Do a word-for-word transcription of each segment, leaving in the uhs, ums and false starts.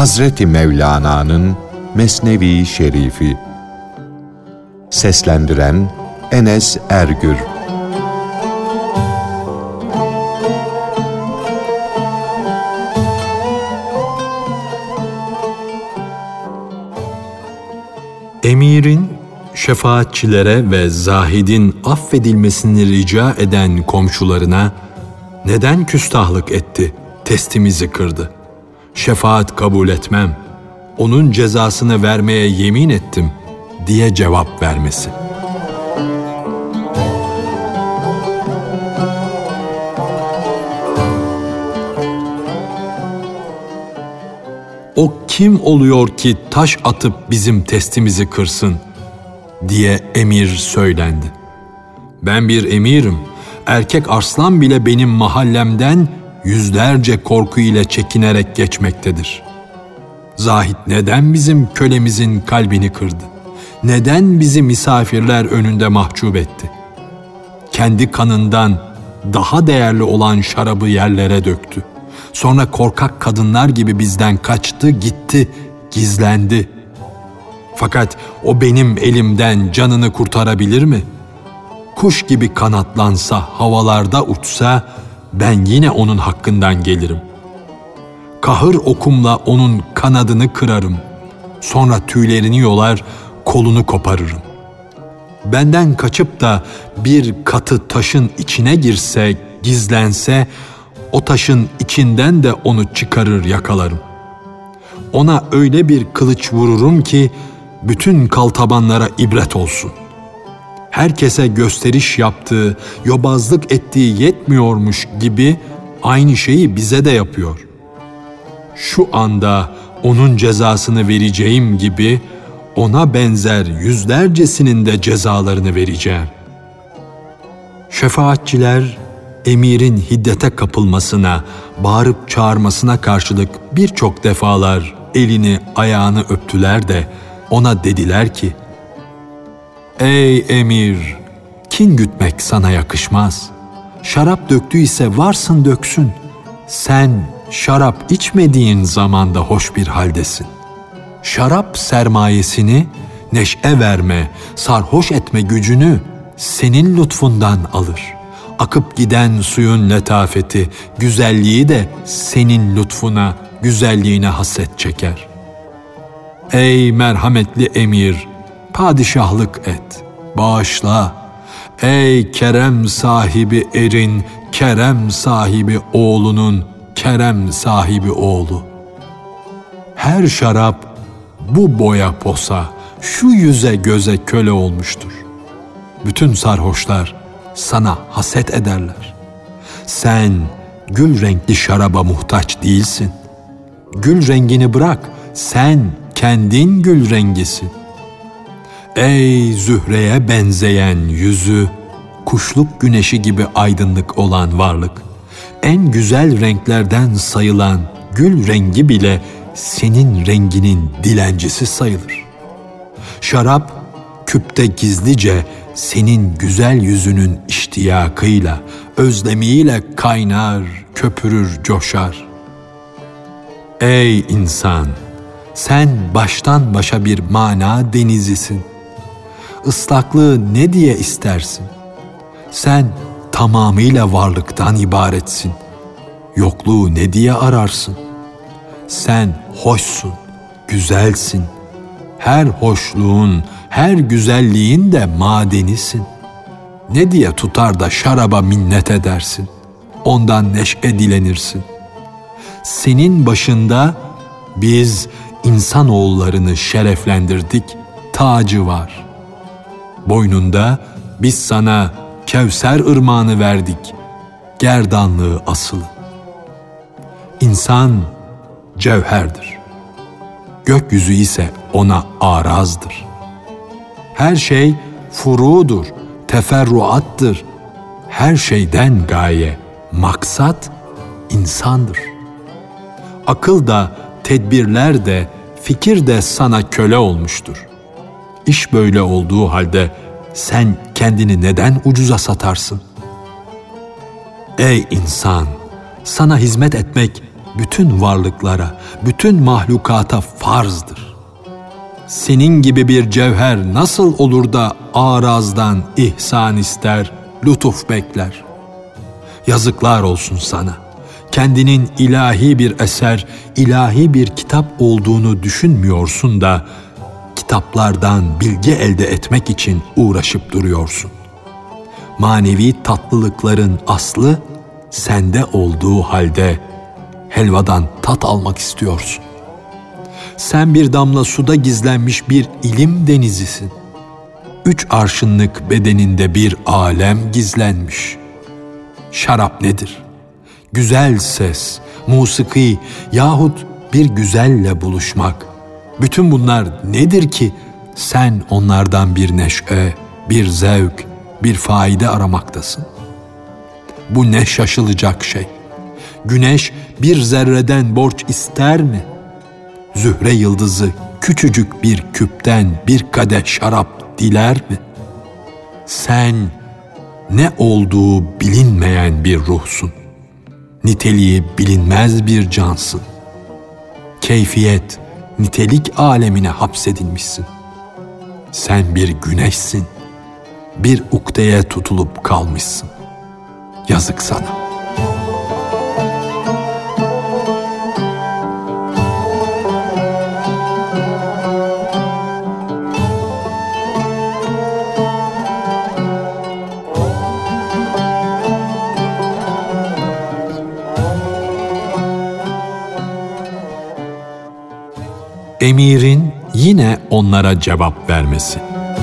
Hazreti Mevlana'nın Mesnevi Şerifi. Seslendiren Enes Ergür. Emirin şefaatçilere ve zahidin affedilmesini rica eden komşularına neden küstahlık etti, testimizi kırdı, şefaat kabul etmem, onun cezasını vermeye yemin ettim diye cevap vermesi. O kim oluyor ki taş atıp bizim testimizi kırsın diye emir söylendi. Ben bir emirim, erkek arslan bile benim mahallemden yüzlerce korku ile çekinerek geçmektedir. Zahid neden bizim kölemizin kalbini kırdı? Neden bizi misafirler önünde mahcup etti? Kendi kanından daha değerli olan şarabı yerlere döktü. Sonra korkak kadınlar gibi bizden kaçtı, gitti, gizlendi. Fakat o benim elimden canını kurtarabilir mi? Kuş gibi kanatlansa, havalarda uçsa, ben yine onun hakkından gelirim. Kahır okumla onun kanadını kırarım. Sonra tüylerini yolar, kolunu koparırım. Benden kaçıp da bir katı taşın içine girse, gizlense, o taşın içinden de onu çıkarır yakalarım. Ona öyle bir kılıç vururum ki bütün kaltabanlara ibret olsun. Herkese gösteriş yaptığı, yobazlık ettiği yetmiyormuş gibi aynı şeyi bize de yapıyor. Şu anda onun cezasını vereceğim gibi ona benzer yüzlercesinin de cezalarını vereceğim. Şefaatçiler emirin hiddete kapılmasına, bağırıp çağırmasına karşılık birçok defalar elini ayağını öptüler de ona dediler ki, "Ey emir, kin gütmek sana yakışmaz. Şarap döktüyse varsın döksün. Sen şarap içmediğin zamanda hoş bir haldesin. Şarap sermayesini, neşe verme, sarhoş etme gücünü senin lütfundan alır. Akıp giden suyun letafeti, güzelliği de senin lütfuna, güzelliğine haset çeker. Ey merhametli emir, padişahlık et, bağışla. Ey kerem sahibi erin, kerem sahibi oğlunun, kerem sahibi oğlu. Her şarap bu boya posa, şu yüze göze köle olmuştur. Bütün sarhoşlar sana haset ederler. Sen gül renkli şaraba muhtaç değilsin. Gül rengini bırak, sen kendin gül rengisin. Ey zühreye benzeyen yüzü, kuşluk güneşi gibi aydınlık olan varlık, en güzel renklerden sayılan gül rengi bile senin renginin dilencisi sayılır. Şarap, küpte gizlice senin güzel yüzünün iştiyakıyla, özlemiyle kaynar, köpürür, coşar. Ey insan! Sen baştan başa bir mana denizisin. Islaklığı ne diye istersin? Sen tamamıyla varlıktan ibaretsin. Yokluğu ne diye ararsın? Sen hoşsun, güzelsin. Her hoşluğun, her güzelliğin de madenisin. Ne diye tutar da şaraba minnet edersin? Ondan neşe dilenirsin. Senin başında biz insanoğullarını şereflendirdik, tacı var. Boynunda biz sana Kevser ırmağını verdik, gerdanlığı asılı. İnsan cevherdir. Gökyüzü ise ona arazdır. Her şey furudur, teferruattır. Her şeyden gaye, maksat insandır. Akıl da, tedbirler de, fikir de sana köle olmuştur. İş böyle olduğu halde sen kendini neden ucuza satarsın? Ey insan! Sana hizmet etmek bütün varlıklara, bütün mahlukata farzdır. Senin gibi bir cevher nasıl olur da arazdan ihsan ister, lütuf bekler? Yazıklar olsun sana. Kendinin ilahi bir eser, ilahi bir kitap olduğunu düşünmüyorsun da kitaplardan bilgi elde etmek için uğraşıp duruyorsun. Manevi tatlılıkların aslı sende olduğu halde helvadan tat almak istiyorsun. Sen bir damla suda gizlenmiş bir ilim denizisin. Üç arşınlık bedeninde bir alem gizlenmiş. Şarap nedir? Güzel ses, musiki yahut bir güzelle buluşmak. Bütün bunlar nedir ki sen onlardan bir neşe, bir zevk, bir faide aramaktasın? Bu ne şaşılacak şey. Güneş bir zerreden borç ister mi? Zühre yıldızı küçücük bir küpten bir kadeh şarap diler mi? Sen ne olduğu bilinmeyen bir ruhsun. Niteliği bilinmez bir cansın. Keyfiyet, nitelik alemine hapsedilmişsin. Sen bir güneşsin. Bir ukdeye tutulup kalmışsın. Yazık sana. Emirin yine onlara cevap vermesi.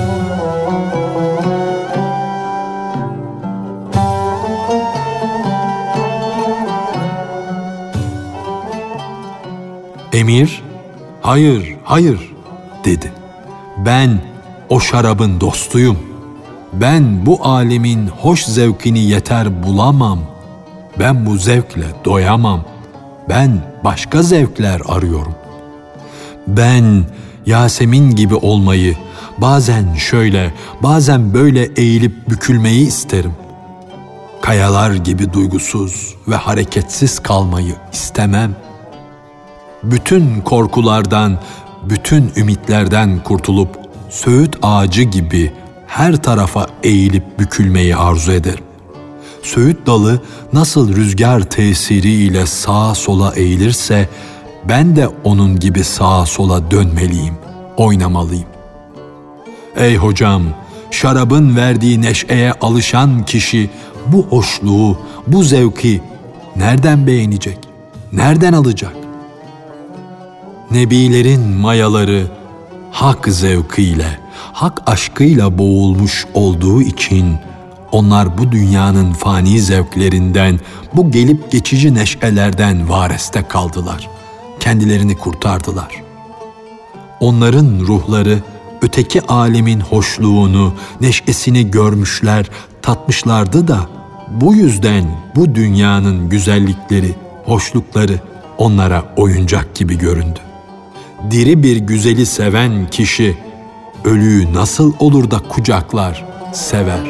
Emir, hayır, hayır dedi. Ben o şarabın dostuyum. Ben bu alemin hoş zevkini yeter bulamam. Ben bu zevkle doyamam. Ben başka zevkler arıyorum. Ben Yasemin gibi olmayı, bazen şöyle, bazen böyle eğilip bükülmeyi isterim. Kayalar gibi duygusuz ve hareketsiz kalmayı istemem. Bütün korkulardan, bütün ümitlerden kurtulup söğüt ağacı gibi her tarafa eğilip bükülmeyi arzu ederim. Söğüt dalı nasıl rüzgar tesiriyle sağa sola eğilirse, ben de onun gibi sağa sola dönmeliyim, oynamalıyım. Ey hocam, şarabın verdiği neşeye alışan kişi bu hoşluğu, bu zevki nereden beğenecek, nereden alacak? Nebilerin mayaları hak zevkiyle, hak aşkıyla boğulmuş olduğu için onlar bu dünyanın fani zevklerinden, bu gelip geçici neşelerden vareste kaldılar. Kendilerini kurtardılar. Onların ruhları öteki alemin hoşluğunu, neşesini görmüşler, tatmışlardı da bu yüzden bu dünyanın güzellikleri, hoşlukları onlara oyuncak gibi göründü. Diri bir güzeli seven kişi ölüyü nasıl olur da kucaklar, sever?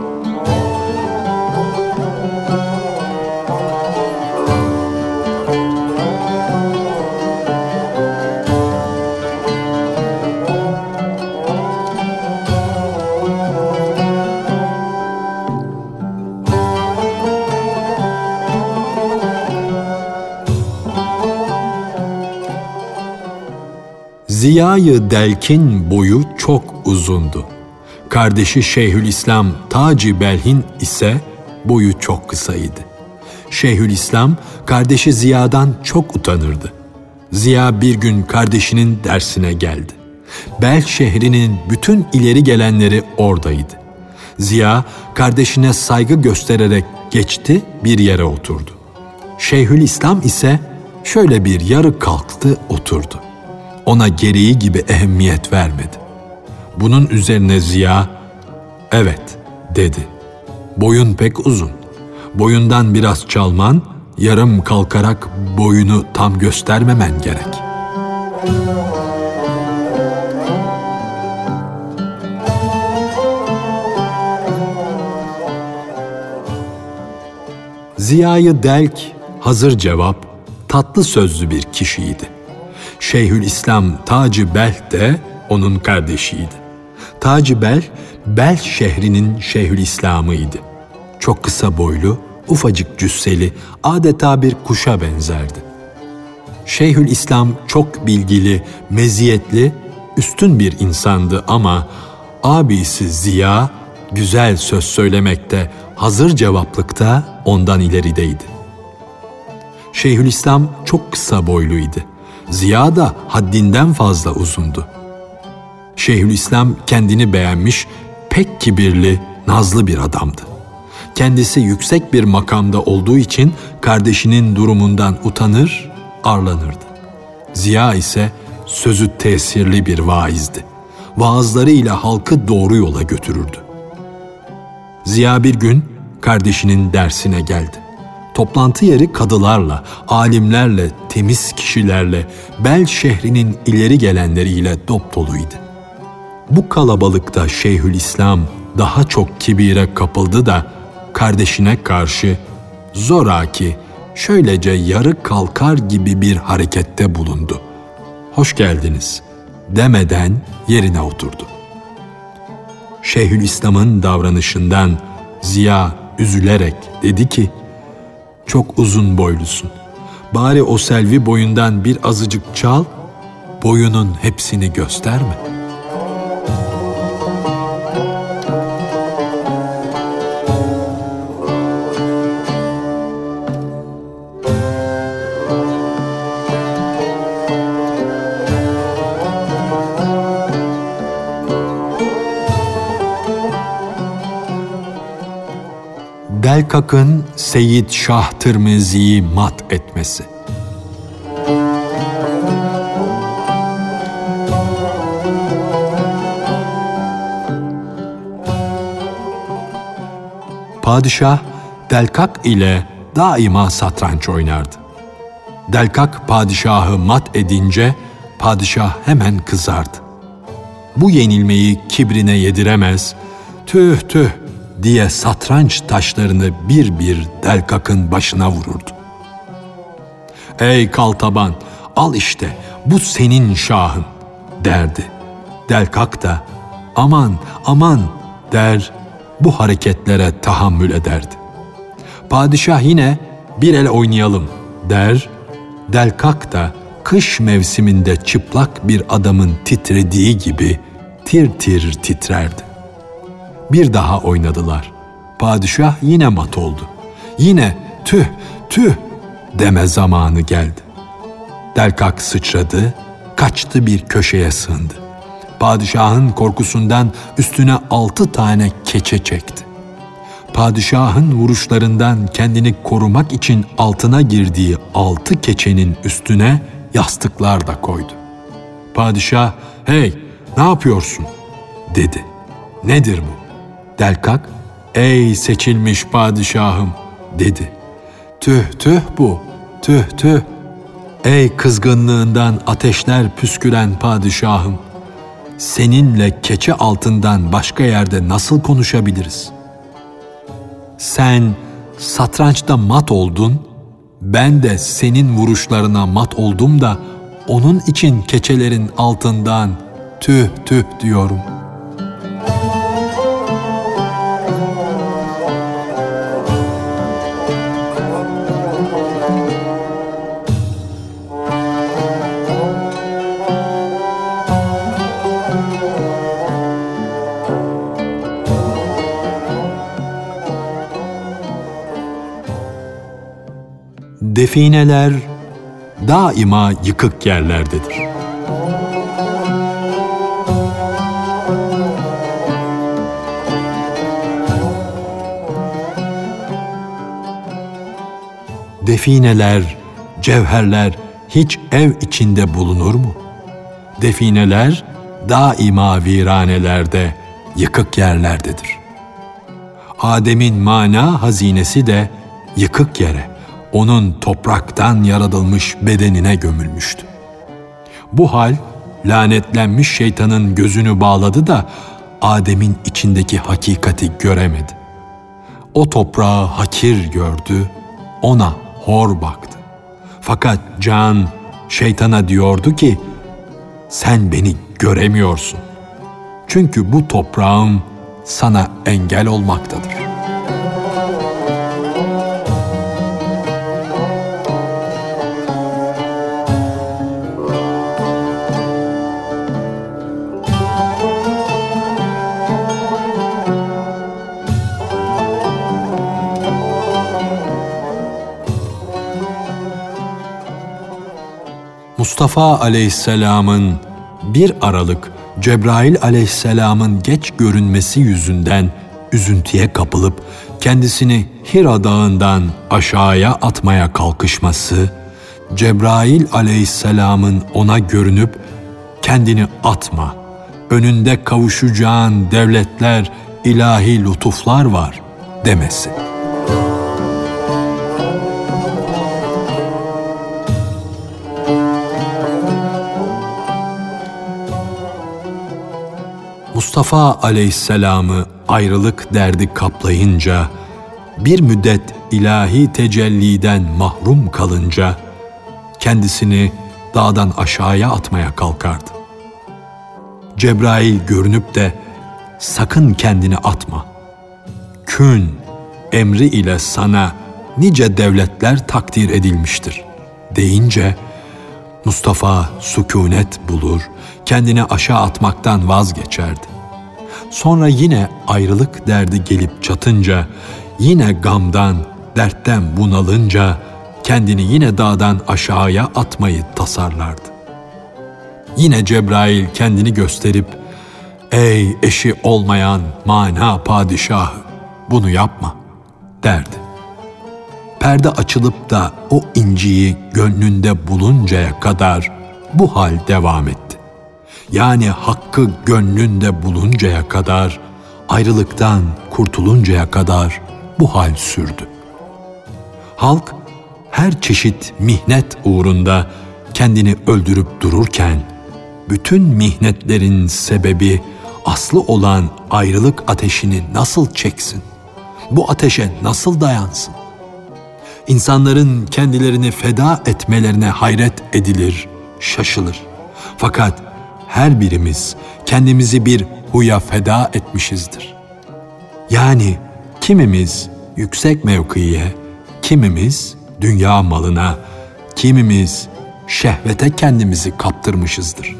Ziya-ı Delk'in boyu çok uzundu. Kardeşi Şeyhülislam Taci Belhin ise boyu çok kısaydı. Şeyhülislam kardeşi Ziya'dan çok utanırdı. Ziya bir gün kardeşinin dersine geldi. Bel şehrinin bütün ileri gelenleri oradaydı. Ziya kardeşine saygı göstererek geçti, bir yere oturdu. Şeyhülislam ise şöyle bir yarı kalktı, oturdu. Ona gereği gibi ehemmiyet vermedi. Bunun üzerine Ziya, "Evet," dedi. "Boyun pek uzun. Boyundan biraz çalman, yarım kalkarak boyunu tam göstermemen gerek." Ziya-ı Delk hazır cevap tatlı sözlü bir kişiydi. Şeyhülislam Taci Belh de onun kardeşiydi. Taci Belh, Belh şehrinin Şeyhülislam'ıydı. Çok kısa boylu, ufacık cüsseli, adeta bir kuşa benzerdi. Şeyhülislam çok bilgili, meziyetli, üstün bir insandı ama abisi Ziya, güzel söz söylemekte, hazır cevaplıkta ondan ilerideydi. Şeyhülislam çok kısa boyluydu. Ziya da haddinden fazla uzundu. Şeyhülislam kendini beğenmiş, pek kibirli, nazlı bir adamdı. Kendisi yüksek bir makamda olduğu için kardeşinin durumundan utanır, arlanırdı. Ziya ise sözü tesirli bir vaizdi. Vaazlarıyla halkı doğru yola götürürdü. Ziya bir gün kardeşinin dersine geldi. Toplantı yeri kadılarla, alimlerle, temiz kişilerle, Belh şehrinin ileri gelenleriyle dopdoluydu. Bu kalabalıkta Şeyhülislam daha çok kibire kapıldı da kardeşine karşı zoraki, şöylece yarı kalkar gibi bir harekette bulundu. "Hoş geldiniz" demeden yerine oturdu. Şeyhülislam'ın davranışından Ziya üzülerek dedi ki, "Çok uzun boylusun. Bari o selvi boyundan bir azıcık çal, boyunun hepsini gösterme." Delkak'ın Seyyid Şah Tirmizi'yi mat etmesi. Padişah Delkak ile daima satranç oynardı. Delkak padişahı mat edince padişah hemen kızardı. Bu yenilmeyi kibrine yediremez, "Tüh tüh" diye satranç taşlarını bir bir Delkak'ın başına vururdu. "Ey kaltaban, al işte, bu senin şahın" derdi. Delkak da "Aman, aman" der, bu hareketlere tahammül ederdi. Padişah yine "Bir el oynayalım" der, Delkak da kış mevsiminde çıplak bir adamın titrediği gibi tir tir titrerdi. Bir daha oynadılar. Padişah yine mat oldu. Yine "Tüh, tüh" deme zamanı geldi. Delkak sıçradı, kaçtı, bir köşeye sığındı. Padişahın korkusundan üstüne altı tane keçe çekti. Padişahın vuruşlarından kendini korumak için altına girdiği altı keçenin üstüne yastıklar da koydu. Padişah, "Hey, ne yapıyorsun?" dedi. "Nedir bu?" Delkak, "Ey seçilmiş padişahım" dedi. "Tüh tüh bu, tüh tüh. Ey kızgınlığından ateşler püsküren padişahım, seninle keçe altından başka yerde nasıl konuşabiliriz? Sen satrançta mat oldun, ben de senin vuruşlarına mat oldum da onun için keçelerin altından tüh tüh diyorum." Defineler daima yıkık yerlerdedir. Defineler, cevherler hiç ev içinde bulunur mu? Defineler daima viranelerde, yıkık yerlerdedir. Adem'in mana hazinesi de yıkık yere, onun topraktan yaratılmış bedenine gömülmüştü. Bu hal lanetlenmiş şeytanın gözünü bağladı da Adem'in içindeki hakikati göremedi. O toprağı hakir gördü, ona hor baktı. Fakat can şeytana diyordu ki, sen beni göremiyorsun. Çünkü bu toprağım sana engel olmaktadır. Mustafa Aleyhisselam'ın bir Aralık Cebrail Aleyhisselam'ın geç görünmesi yüzünden üzüntüye kapılıp kendisini Hira Dağı'ndan aşağıya atmaya kalkışması, Cebrail Aleyhisselam'ın ona görünüp kendini atma, önünde kavuşacağın devletler, ilahi lütuflar var demesi. Mustafa Aleyhisselam'ı ayrılık derdi kaplayınca, bir müddet ilahi tecelliden mahrum kalınca, kendisini dağdan aşağıya atmaya kalkardı. Cebrail görünüp de, sakın kendini atma. Kün emri ile sana nice devletler takdir edilmiştir deyince, Mustafa sükunet bulur, kendini aşağı atmaktan vazgeçerdi. Sonra yine ayrılık derdi gelip çatınca, yine gamdan, dertten bunalınca, kendini yine dağdan aşağıya atmayı tasarlardı. Yine Cebrail kendini gösterip, ''Ey eşi olmayan mana padişahı, bunu yapma.'' derdi. Perde açılıp da o inciyi gönlünde buluncaya kadar bu hal devam etti. Yani hakkı gönlünde buluncaya kadar, ayrılıktan kurtuluncaya kadar bu hal sürdü. Halk her çeşit mihnet uğrunda kendini öldürüp dururken, bütün mihnetlerin sebebi aslı olan ayrılık ateşini nasıl çeksin? Bu ateşe nasıl dayansın? İnsanların kendilerini feda etmelerine hayret edilir, şaşılır. Fakat her birimiz kendimizi bir huya feda etmişizdir. Yani kimimiz yüksek mevkiye, kimimiz dünya malına, kimimiz şehvete kendimizi kaptırmışızdır.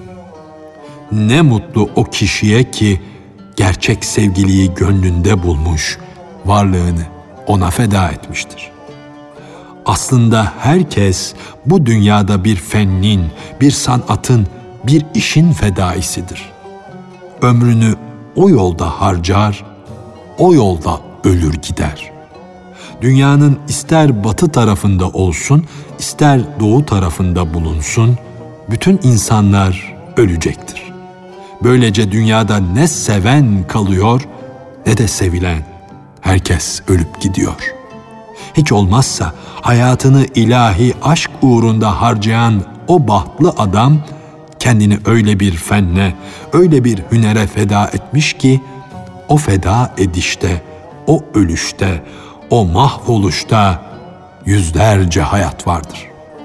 Ne mutlu o kişiye ki gerçek sevgiliyi gönlünde bulmuş, varlığını ona feda etmiştir. Aslında herkes bu dünyada bir fennin, bir sanatın, bir işin fedaisidir. Ömrünü o yolda harcar, o yolda ölür gider. Dünyanın ister batı tarafında olsun, ister doğu tarafında bulunsun, bütün insanlar ölecektir. Böylece dünyada ne seven kalıyor, ne de sevilen. Herkes ölüp gidiyor. Hiç olmazsa hayatını ilahi aşk uğrunda harcayan o bahtlı adam, kendini öyle bir fenne, öyle bir hünere feda etmiş ki, o feda edişte, o ölüşte, o mahvoluşta yüzlerce hayat vardır.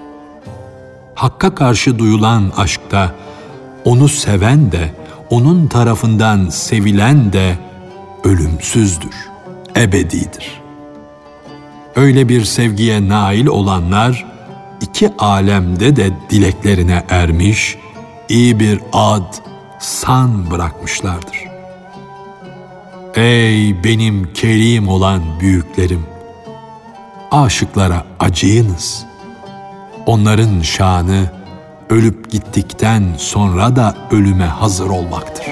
Hakka karşı duyulan aşkta, onu seven de, onun tarafından sevilen de ölümsüzdür, ebedidir. Öyle bir sevgiye nail olanlar, iki alemde de dileklerine ermiş, iyi bir ad, san bırakmışlardır. Ey benim kerim olan büyüklerim! Aşıklara acıyınız. Onların şanı, ölüp gittikten sonra da ölüme hazır olmaktır.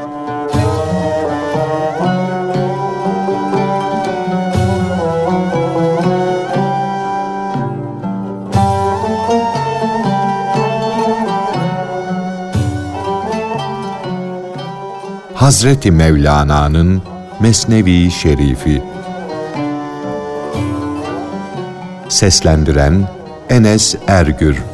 Hazreti Mevlana'nın Mesnevi Şerifi. Seslendiren Enes Ergür.